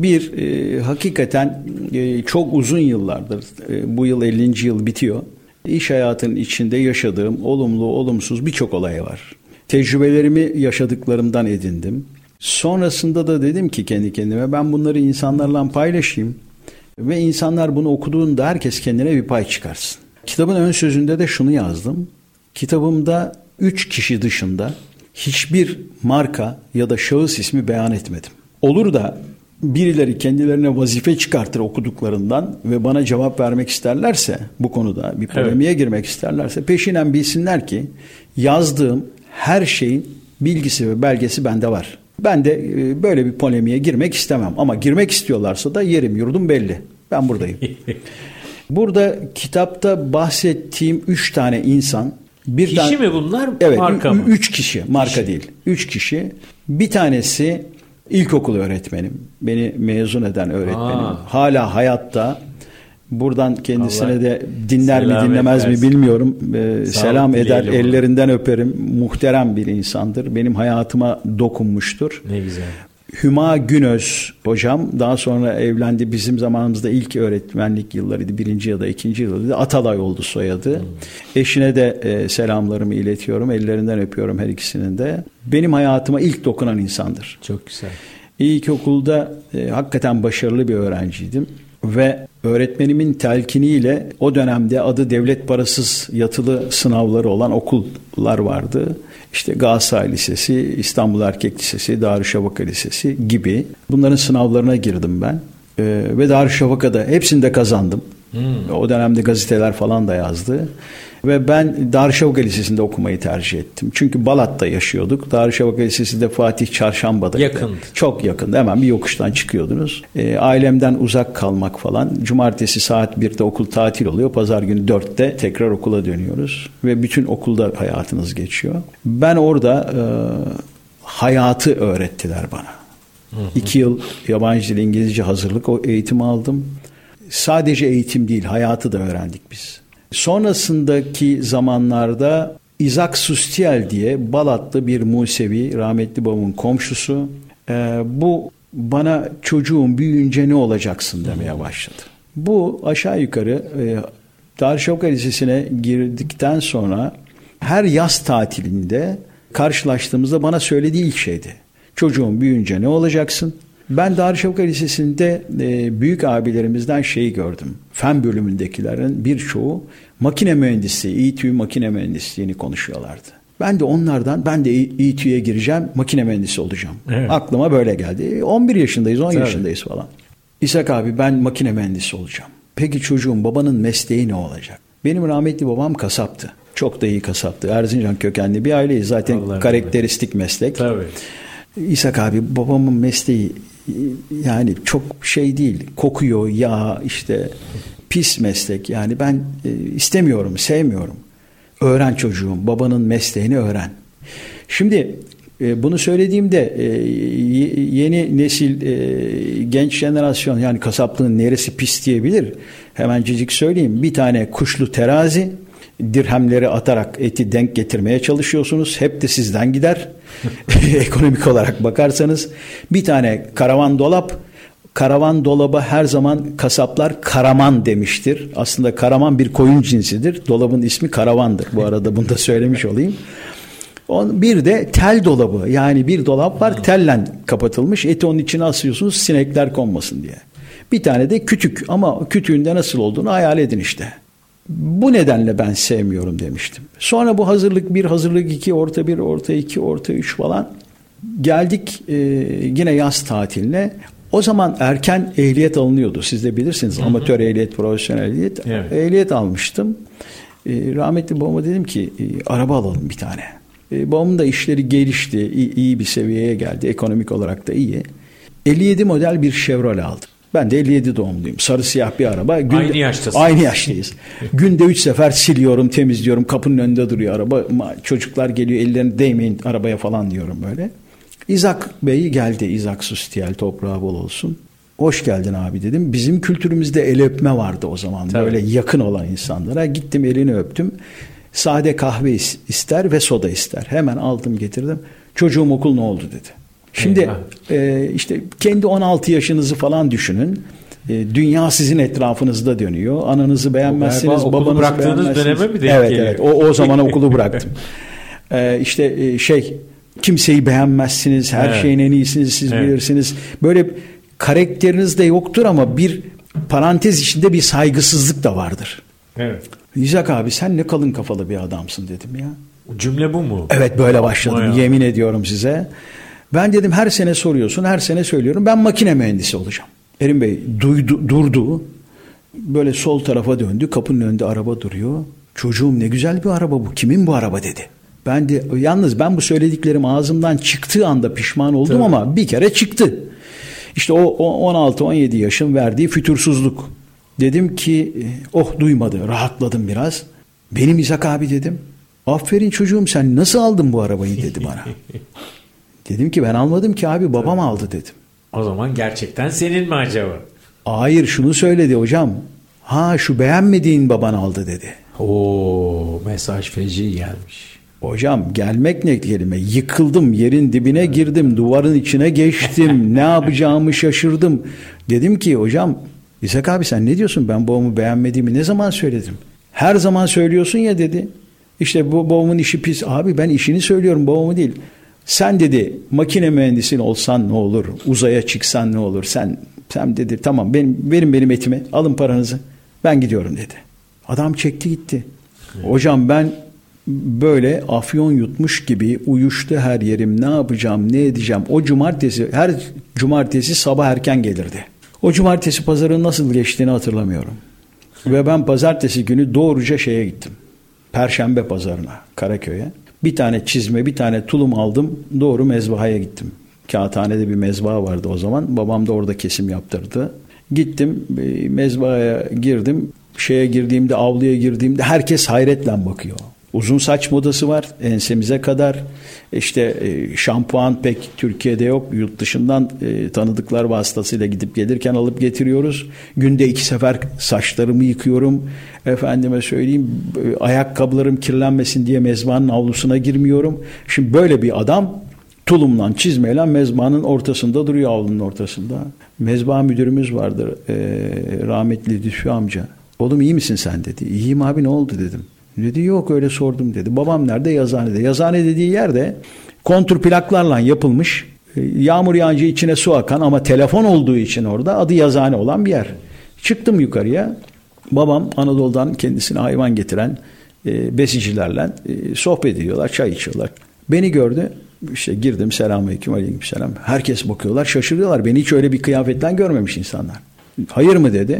Hakikaten çok uzun yıllardır, bu yıl 50. yıl bitiyor. İş hayatının içinde yaşadığım olumlu, olumsuz birçok olay var. Tecrübelerimi yaşadıklarımdan edindim. Sonrasında da dedim ki kendi kendime, ben bunları insanlarla paylaşayım. Ve insanlar bunu okuduğunda herkes kendine bir pay çıkarsın. Kitabın ön sözünde de şunu yazdım. Kitabımda 3 kişi dışında hiçbir marka ya da şahıs ismi beyan etmedim. Olur da birileri kendilerine vazife çıkartır okuduklarından ve bana cevap vermek isterlerse, bu konuda bir polemiğe girmek isterlerse, peşinen bilsinler ki yazdığım her şeyin bilgisi ve belgesi bende var. Ben de böyle bir polemiğe girmek istemem ama girmek istiyorlarsa da yerim yurdum belli. Ben buradayım. Burada kitapta bahsettiğim 3 tane insan. Kişi mi bunlar? Evet, marka mı? 3 kişi. Marka değil. 3 kişi. Bir tanesi İlkokul öğretmenim. Beni mezun eden öğretmenim. Hala hayatta. Buradan kendisine Allah de dinler mi dinlemez mi bilmiyorum. Selam eder, ellerinden öperim. Muhterem bir insandır. Benim hayatıma dokunmuştur. Ne güzel. Hüma Günöz hocam daha sonra evlendi. Bizim zamanımızda ilk öğretmenlik yıllarıydı. 1. ya da 2. yılıydı. Atalay oldu soyadı. Eşine de selamlarımı iletiyorum. Ellerinden öpüyorum her ikisinin de. Benim hayatıma ilk dokunan insandır. Çok güzel. İlkokulda hakikaten başarılı bir öğrenciydim. Ve öğretmenimin telkiniyle o dönemde adı devlet parasız yatılı sınavları olan okullar vardı. İşte Galatasaray Lisesi, İstanbul Erkek Lisesi, Darüşşafaka Lisesi gibi. Bunların sınavlarına girdim ben. Ve Darüşşafaka'da hepsinde kazandım. O dönemde gazeteler falan da yazdı. Ve ben Darüşşafaka Lisesi'nde okumayı tercih ettim. Çünkü Balat'ta yaşıyorduk. Darüşşafaka Lisesi de Fatih Çarşamba'daydı. Yakındı. Çok yakındı. Hemen bir yokuştan çıkıyordunuz. Ailemden uzak kalmak falan. Cumartesi saat 1'de okul tatil oluyor. Pazar günü 4'te tekrar okula dönüyoruz. Ve bütün okulda hayatınız geçiyor. Ben orada hayatı öğrettiler bana. 2 yıl yabancı dil İngilizce hazırlık eğitimi aldım. Sadece eğitim değil, hayatı da öğrendik biz. Sonrasındaki zamanlarda İzak Sustiel diye Balatlı bir Musevi, rahmetli babamın komşusu, bu bana çocuğum büyüyünce ne olacaksın demeye başladı. Bu aşağı yukarı Darüşşafaka Lisesi'ne girdikten sonra her yaz tatilinde karşılaştığımızda bana söylediği ilk şeydi. Çocuğum büyüyünce ne olacaksın? Ben Darüşşafaka Lisesi'nde büyük abilerimizden şeyi gördüm. Fen bölümündekilerin birçoğu makine mühendisliği, İTÜ makine mühendisliğini konuşuyorlardı. Ben de onlardan, ben de İTÜ'ye gireceğim, makine mühendisi olacağım. Evet. Aklıma böyle geldi. 11 yaşındayız, 10 yaşındayız falan. İshak abi ben makine mühendisi olacağım. Peki çocuğum babanın mesleği ne olacak? Benim rahmetli babam kasaptı. Çok da iyi kasaptı. Erzincan kökenli bir aileyiz. Zaten Allah karakteristik Allah. Meslek. Tabii. İshak abi babamın mesleği yani çok şey değil. Kokuyor, yağ işte pis meslek. Yani ben istemiyorum, sevmiyorum. Öğren çocuğum. Babanın mesleğini öğren. Şimdi bunu söylediğimde yeni nesil genç jenerasyon yani kasaplığın neresi pis diyebilir. Hemencecik söyleyeyim. Bir tane kuşlu terazi, dirhemleri atarak eti denk getirmeye çalışıyorsunuz. Hep de sizden gider. Ekonomik olarak bakarsanız. Bir tane karavan dolap. Karavan dolaba her zaman kasaplar karaman demiştir. Aslında karaman bir koyun cinsidir. Dolabın ismi karavandır. Bu arada bunu da söylemiş olayım. Bir de tel dolabı. Yani bir dolap var telle kapatılmış. Eti onun içine asıyorsunuz sinekler konmasın diye. Bir tane de kütük ama kütüğünde nasıl olduğunu hayal edin işte. Bu nedenle ben sevmiyorum demiştim. Sonra bu hazırlık 1, hazırlık 2, orta 1, orta 2, orta 3 falan. Geldik yine yaz tatiline. O zaman erken ehliyet alınıyordu. Siz de bilirsiniz. Hı-hı. Amatör ehliyet, profesyonel ehliyet. Evet. Ehliyet almıştım. Rahmetli babama dedim ki araba alalım bir tane. Babamın da işleri gelişti. İyi bir seviyeye geldi. Ekonomik olarak da iyi. 57 model bir Chevrolet aldım. Ben de 57 doğumluyum. Sarı siyah bir araba. Aynı yaştasın. Aynı yaştayız. Günde 3 sefer siliyorum, temizliyorum. Kapının önünde duruyor araba. Çocuklar geliyor ellerini değmeyin arabaya falan diyorum böyle. İzak Bey geldi. İzak Sustiel toprağı bol olsun. Hoş geldin abi dedim. Bizim kültürümüzde el öpme vardı o zaman. Tabii. Böyle yakın olan insanlara. Gittim elini öptüm. Sade kahve ister ve soda ister. Hemen aldım getirdim. Çocuğum okul ne oldu dedi. Şimdi işte kendi 16 yaşınızı falan düşünün. Dünya sizin etrafınızda dönüyor. Ananızı beğenmezsiniz, babanızı beğenmezsiniz. Döneme mi denk evet geliyor? Evet. O zaman okulu bıraktım. Kimseyi beğenmezsiniz. Her şeyin en iyisini siz bilirsiniz. Böyle karakteriniz de yoktur ama bir parantez içinde bir saygısızlık da vardır. Evet. İshak abi sen ne kalın kafalı bir adamsın dedim ya. Cümle bu mu? Evet böyle başladım. Yemin ediyorum size. Ben dedim her sene soruyorsun, her sene söylüyorum. Ben makine mühendisi olacağım. Erim Bey durdu. Böyle sol tarafa döndü. Kapının önünde araba duruyor. Çocuğum ne güzel bir araba bu. Kimin bu araba dedi. Ben de yalnız ben bu söylediklerim ağzımdan çıktığı anda pişman oldum ama bir kere çıktı. İşte o 16-17 yaşın verdiği fütursuzluk. Dedim ki duymadı. Rahatladım biraz. Benim İshak abi dedim. Aferin çocuğum sen nasıl aldın bu arabayı dedi bana. Dedim ki ben almadım ki abi babam aldı dedim. O zaman gerçekten senin mi acaba? Hayır şunu söyledi hocam. Şu beğenmediğin baban aldı dedi. Mesaj feci gelmiş. Hocam gelmek ne kelime? Yıkıldım, yerin dibine girdim, duvarın içine geçtim. Ne yapacağımı şaşırdım. Dedim ki hocam İshak abi sen ne diyorsun? Ben babamı beğenmediğimi ne zaman söyledim? Her zaman söylüyorsun ya dedi. İşte bu babamın işi pis. Abi ben işini söylüyorum babamı değil. Sen dedi makine mühendisin olsan ne olur? Uzaya çıksan ne olur? Sen dedi tamam benim etimi alın paranızı. Ben gidiyorum dedi. Adam çekti gitti. Hocam ben böyle afyon yutmuş gibi uyuştu her yerim. Ne yapacağım, ne edeceğim? Her cumartesi sabah erken gelirdi. O cumartesi pazarın nasıl geçtiğini hatırlamıyorum. Ve ben pazartesi günü doğruca şeye gittim. Perşembe pazarına, Karaköy'e. Bir tane çizme, bir tane tulum aldım. Doğru mezbahaya gittim. Kağıthanede bir mezbaha vardı o zaman. Babam da orada kesim yaptırdı. Gittim, mezbahaya girdim. Avluya girdiğimde herkes hayretle bakıyor. Uzun saç modası var ensemize kadar. İşte şampuan pek Türkiye'de yok. Yurt dışından tanıdıklar vasıtasıyla gidip gelirken alıp getiriyoruz. Günde 2 sefer saçlarımı yıkıyorum. Efendime söyleyeyim ayakkabılarım kirlenmesin diye mezbahanın avlusuna girmiyorum. Şimdi böyle bir adam tulumla çizmeyle mezbahanın ortasında duruyor, avlunun ortasında. Mezbaha müdürümüz vardır rahmetli Lütfü amca. Oğlum iyi misin sen dedi. İyiyim abi ne oldu dedim. Dedi yok öyle sordum dedi. Babam nerede? Yazıhanede. Yazıhane dediği yerde kontur plaklarla yapılmış. Yağmur yağınca içine su akan ama telefon olduğu için orada adı yazıhane olan bir yer. Çıktım yukarıya. Babam Anadolu'dan kendisine hayvan getiren besicilerle sohbet ediyorlar. Çay içiyorlar. Beni gördü. İşte girdim selamünaleyküm aleykümselam. Herkes bakıyorlar şaşırıyorlar. Beni hiç öyle bir kıyafetten görmemiş insanlar. Hayır mı dedi.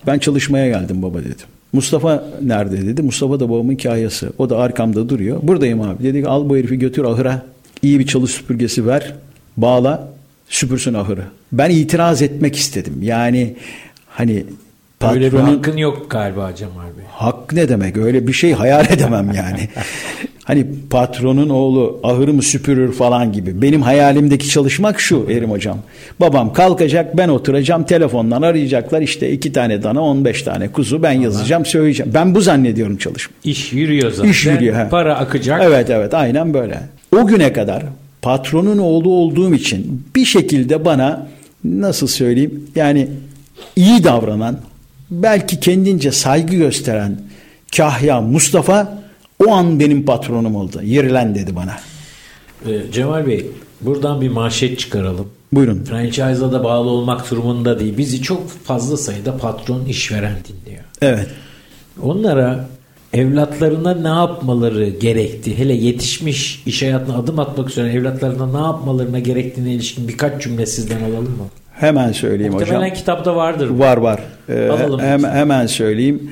Ben çalışmaya geldim baba dedim. Mustafa nerede dedi. Mustafa da babamın kahyası. O da arkamda duruyor. Buradayım abi. Dedi al bu herifi götür ahıra. İyi bir çalı süpürgesi ver. Bağla. Süpürsün ahırı. Ben itiraz etmek istedim. Yani hani patronun... Öyle bir hakkın yok galiba Cemal Bey. Hak ne demek? Öyle bir şey hayal edemem yani. Hani patronun oğlu ahırımı süpürür falan gibi. Benim hayalimdeki çalışmak şu Erim hocam. Babam kalkacak, ben oturacağım, telefondan arayacaklar. İşte 2 tane dana, 15 tane kuzu, ben yazacağım, söyleyeceğim. Ben bu zannediyorum çalışma. İş yürüyor zaten. İş yürüyor. Para akacak. Evet aynen böyle. O güne kadar patronun oğlu olduğum için bir şekilde bana nasıl söyleyeyim yani iyi davranan, belki kendince saygı gösteren Kahya Mustafa o an benim patronum oldu. Yerilen dedi bana. Cemal Bey, buradan bir manşet çıkaralım. Buyurun. Franchise'a da bağlı olmak durumunda değil. Bizi çok fazla sayıda patron, işveren dinliyor. Evet. Onlara evlatlarına ne yapmaları gerektiği, hele yetişmiş iş hayatına adım atmak üzere evlatlarına ne yapmalarına gerektiğine ilişkin birkaç cümle sizden alalım mı? Hemen söyleyeyim hocam. Muhtemelen kitapta vardır. Var. Hemen söyleyeyim.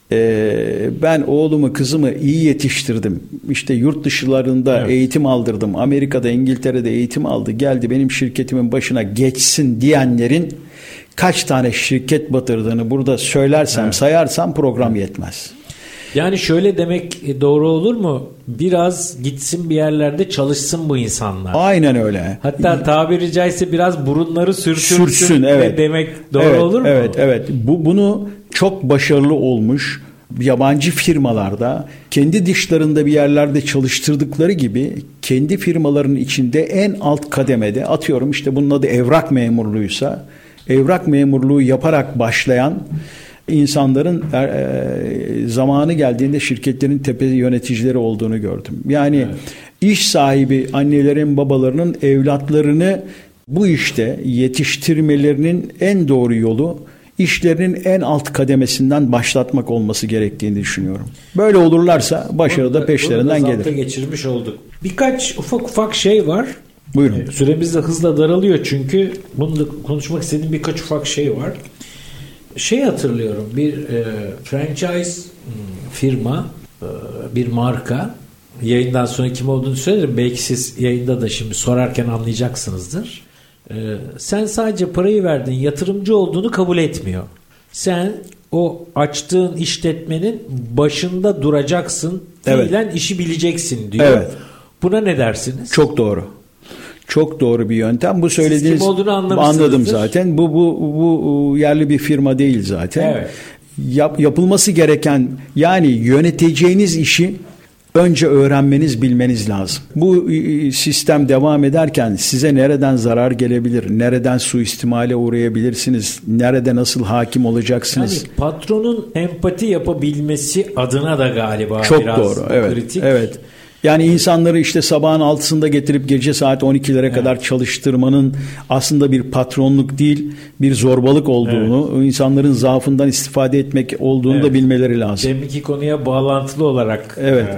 Ben oğlumu kızımı iyi yetiştirdim. İşte yurt dışlarında eğitim aldırdım. Amerika'da İngiltere'de eğitim aldı. Geldi benim şirketimin başına geçsin diyenlerin kaç tane şirket batırdığını burada söylersem sayarsam program yetmez. Yani şöyle demek doğru olur mu? Biraz gitsin bir yerlerde çalışsın bu insanlar. Aynen öyle. Hatta tabiri caizse biraz burunları sürtsün evet. Demek doğru olur mu? Evet. Bunu çok başarılı olmuş yabancı firmalarda kendi dışlarında bir yerlerde çalıştırdıkları gibi kendi firmalarının içinde en alt kademede atıyorum işte bunun adı evrak memurluğuysa evrak memurluğu yaparak başlayan insanların zamanı geldiğinde şirketlerin tepe yöneticileri olduğunu gördüm. Yani iş sahibi annelerin babalarının evlatlarını bu işte yetiştirmelerinin en doğru yolu işlerinin en alt kademesinden başlatmak olması gerektiğini düşünüyorum. Böyle olurlarsa başarı da peşlerinden gelir. Bunu geçirmiş olduk. Birkaç ufak şey var. Buyurun. Süremiz de hızla daralıyor çünkü bunu da konuşmak istediğim birkaç ufak şey var. Hatırlıyorum bir franchise firma bir marka yayından sonra kim olduğunu söylerim. Belki siz yayında da şimdi sorarken anlayacaksınızdır. Sen sadece parayı verdin, yatırımcı olduğunu kabul etmiyor. Sen o açtığın işletmenin başında duracaksın. Fiilen işi bileceksin diyor. Evet. Buna ne dersiniz? Çok doğru. Çok doğru bir yöntem. Bu söylediğiniz kim olduğunu anlamışsınızdır. Anladım zaten. Bu yerli bir firma değil zaten. Evet. Yapılması gereken yani yöneteceğiniz işi önce öğrenmeniz, bilmeniz lazım. Bu sistem devam ederken size nereden zarar gelebilir, nereden suistimale uğrayabilirsiniz, nerede nasıl hakim olacaksınız? Yani patronun empati yapabilmesi adına da galiba çok biraz doğru. kritik. Evet. Yani insanları işte sabahın 6'sında getirip gece saat 12'lere kadar çalıştırmanın aslında bir patronluk değil, bir zorbalık olduğunu, insanların zaafından istifade etmek olduğunu da bilmeleri lazım. Deminki konuya bağlantılı olarak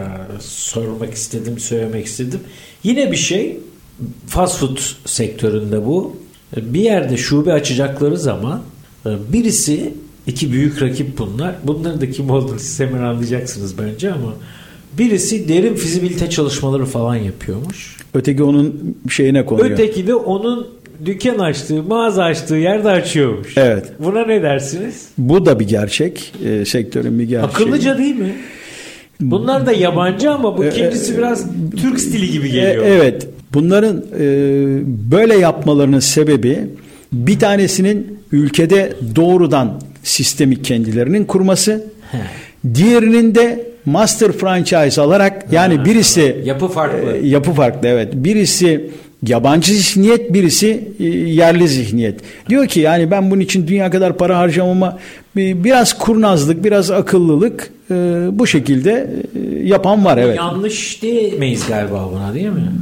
sormak istedim, söylemek istedim. Yine bir şey, fast food sektöründe bu. Bir yerde şube açacakları zaman birisi, iki büyük rakip bunlar. Bunların da kim olduğunu siz hemen anlayacaksınız bence ama birisi derin fizibilite çalışmaları falan yapıyormuş. Öteki onun şeyine konuyor. Öteki de onun dükkan açtığı, mağaza açtığı yerde açıyormuş. Evet. Buna ne dersiniz? Bu da bir gerçek. Sektörün bir gerçeği. Akıllıca değil mi? Bunlar da yabancı ama bu ikincisi biraz Türk stili gibi geliyor. Evet. Bunların böyle yapmalarının sebebi bir tanesinin ülkede doğrudan sistemi kendilerinin kurması. Diğerinin de master franchise alarak yani birisi yapı farklı evet. Birisi yabancı zihniyet, birisi yerli zihniyet. Diyor ki yani ben bunun için dünya kadar para harcamama biraz kurnazlık, biraz akıllılık bu şekilde yapan var evet. Yanlış diyemeyiz galiba buna değil mi?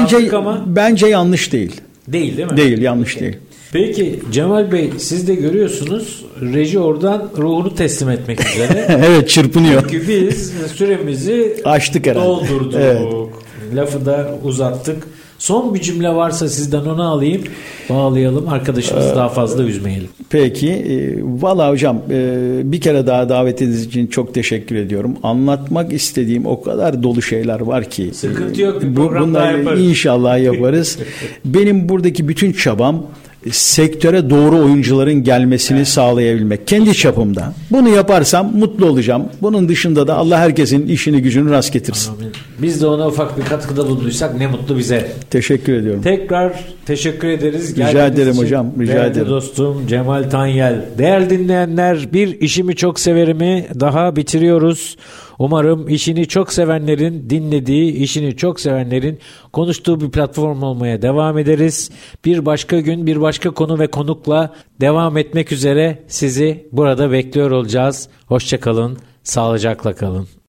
Bence yanlış değil. Değil mi? Değil, yanlış değil. Peki Cemal Bey siz de görüyorsunuz reji oradan ruhunu teslim etmek üzere. Evet çırpınıyor. Çünkü biz süremizi açtık herhalde. Doldurduk. Evet. Lafı da uzattık. Son bir cümle varsa sizden onu alayım. Bağlayalım. Arkadaşımızı daha fazla üzmeyelim. Peki. Valla hocam bir kere daha davetiniz için çok teşekkür ediyorum. Anlatmak istediğim o kadar dolu şeyler var ki. Sıkıntı yok. Bunları inşallah yaparız. Benim buradaki bütün çabam sektöre doğru oyuncuların gelmesini sağlayabilmek. Kendi çapımda. Bunu yaparsam mutlu olacağım. Bunun dışında da Allah herkesin işini gücünü rast getirsin. Amin. Biz de ona ufak bir katkıda bulunduysak ne mutlu bize. Teşekkür ediyorum. Tekrar teşekkür ederiz. Rica ederim hocam. Rica ederim. Dostum Cemal Tanyel. Değerli dinleyenler, bir işimi çok severimi daha bitiriyoruz. Umarım işini çok sevenlerin dinlediği, işini çok sevenlerin konuştuğu bir platform olmaya devam ederiz. Bir başka gün, bir başka konu ve konukla devam etmek üzere sizi burada bekliyor olacağız. Hoşça kalın, sağlıcakla kalın.